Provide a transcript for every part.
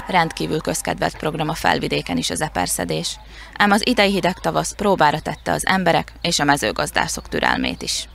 Rendkívül közkedvelt program a Felvidéken is az eperszedés, ám az idei hideg tavasz próbára tette az emberek és a mezőgazdászok türelmét is.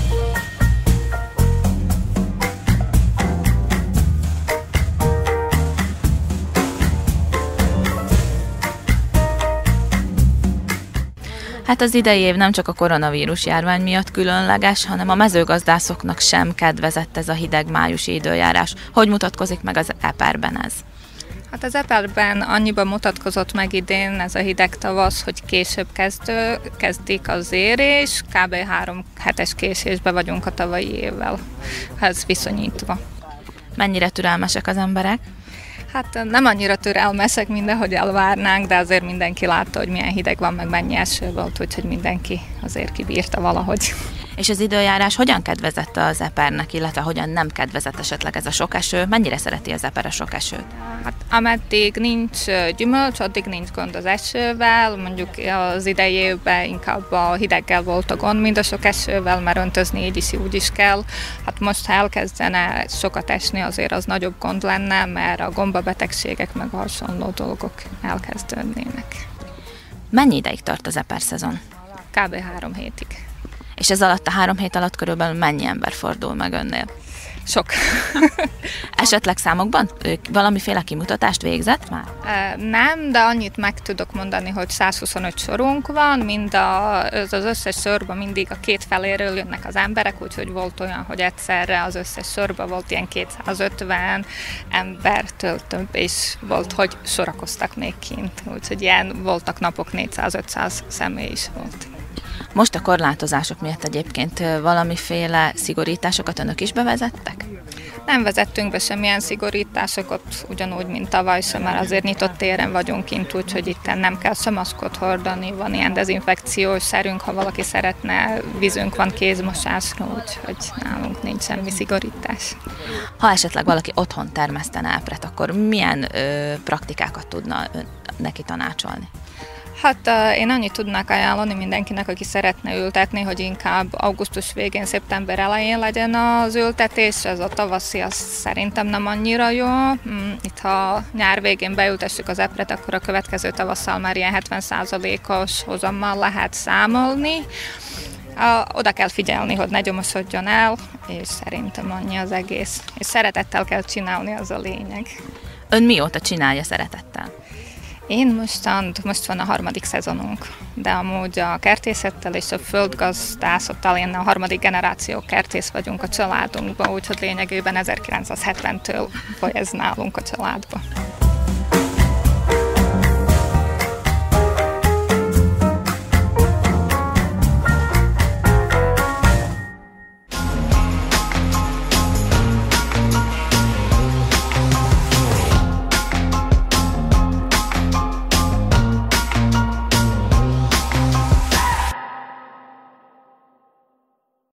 Hát az idei év nem csak a koronavírus járvány miatt különleges, hanem a mezőgazdászoknak sem kedvezett ez a hideg májusi időjárás. Hogy mutatkozik meg az Eperben ez? Hát az Eperben annyiban mutatkozott meg idén ez a hideg tavasz, hogy később kezdik az érés, kb. 3 hetes késésben vagyunk a tavalyi évvel, ez viszonyítva. Mennyire türelmesek az emberek? Hát nem annyira türelmesek mindenhogy elvárnánk, de azért mindenki látta, hogy milyen hideg van, meg mennyi eső volt, úgyhogy mindenki azért kibírta valahogy. És az időjárás hogyan kedvezett az Epernek, illetve hogyan nem kedvezett esetleg ez a sok eső? Mennyire szereti az Eper a sok esőt? Hát ameddig nincs gyümölcs, addig nincs gond az esővel, mondjuk az idei évben inkább a hideggel volt a gond, mint a sok esővel, mert öntözni így is úgy is kell. Hát most, ha elkezdene sokat esni, azért az nagyobb gond lenne, mert a gombabetegségek meg hasonló dolgok elkezdődnének. Mennyi ideig tart az Eper szezon? Kb. 3 hétig. És ez alatt a 3 hét alatt körülbelül mennyi ember fordul meg önnél? Sok. Esetleg számokban? Ők valamiféle kimutatást végzett már? Nem, de annyit meg tudok mondani, hogy 125 sorunk van, az összes sorban mindig a két feléről jönnek az emberek, úgyhogy volt olyan, hogy egyszerre az összes sorban volt ilyen 250 embertől több, és volt, hogy sorakoztak még kint, úgyhogy ilyen voltak napok 400-500 személy is volt. Most a korlátozások miatt egyébként valamiféle szigorításokat önök is bevezettek? Nem vezettünk be semmilyen szigorításokat, ugyanúgy, mint tavaly sem, mert azért nyitott téren vagyunk kint, úgyhogy itt nem kell sem maszkot hordani, van ilyen dezinfekciós szerünk, ha valaki szeretne, vízünk van kézmosásra, úgyhogy nálunk nincs semmi szigorítás. Ha esetleg valaki otthon termesztene epret, akkor milyen praktikákat tudna neki tanácsolni? Hát én annyit tudnak ajánlani mindenkinek, aki szeretne ültetni, hogy inkább augusztus végén, szeptember elején legyen az ültetés, ez a tavaszi az szerintem nem annyira jó. Itt ha nyár végén beültessük az epret, akkor a következő tavasszal már ilyen 70%-os hozammal lehet számolni. Oda kell figyelni, hogy ne gyomosodjon el, és szerintem annyi az egész. És szeretettel kell csinálni, az a lényeg. Ön mióta csinálja szeretettel? Én most van a 3. szezonunk, de amúgy a kertészettel és a földgazdászettel én a 3. generáció kertész vagyunk a családunkban, úgyhogy lényegében 1970-től vagy ez nálunk a családban.